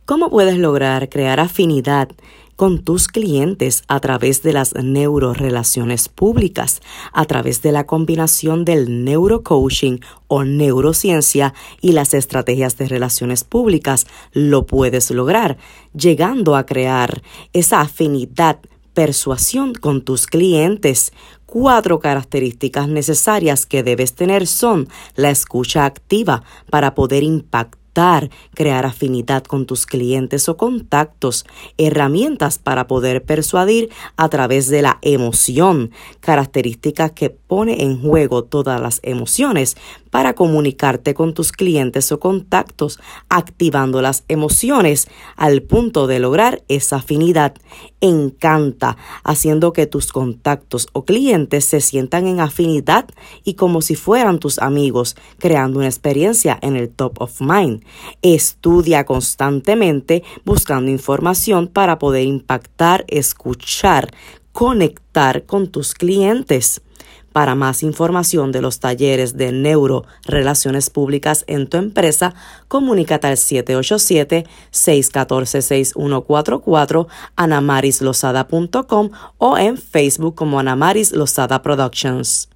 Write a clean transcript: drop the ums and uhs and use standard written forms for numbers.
¿Cómo puedes lograr crear afinidad con tus clientes a través de las neurorelaciones públicas, a través de la combinación del neurocoaching o neurociencia y las estrategias de relaciones públicas? Lo puedes lograr llegando a crear esa afinidad, persuasión con tus clientes. 4 características necesarias que debes tener son la escucha activa para poder impactar, crear afinidad con tus clientes o contactos, herramientas para poder persuadir a través de la emoción, características que pone en juego todas las emociones para comunicarte con tus clientes o contactos, activando las emociones al punto de lograr esa afinidad. Encanta, haciendo que tus contactos o clientes se sientan en afinidad y como si fueran tus amigos, creando una experiencia en el top of mind. Estudia constantemente buscando información para poder impactar, escuchar, conectar con tus clientes. Para más información de los talleres de neurorelaciones públicas en tu empresa, comunícate al 787-614-6144, anamarislosada.com o en Facebook como Anamaris Losada Productions.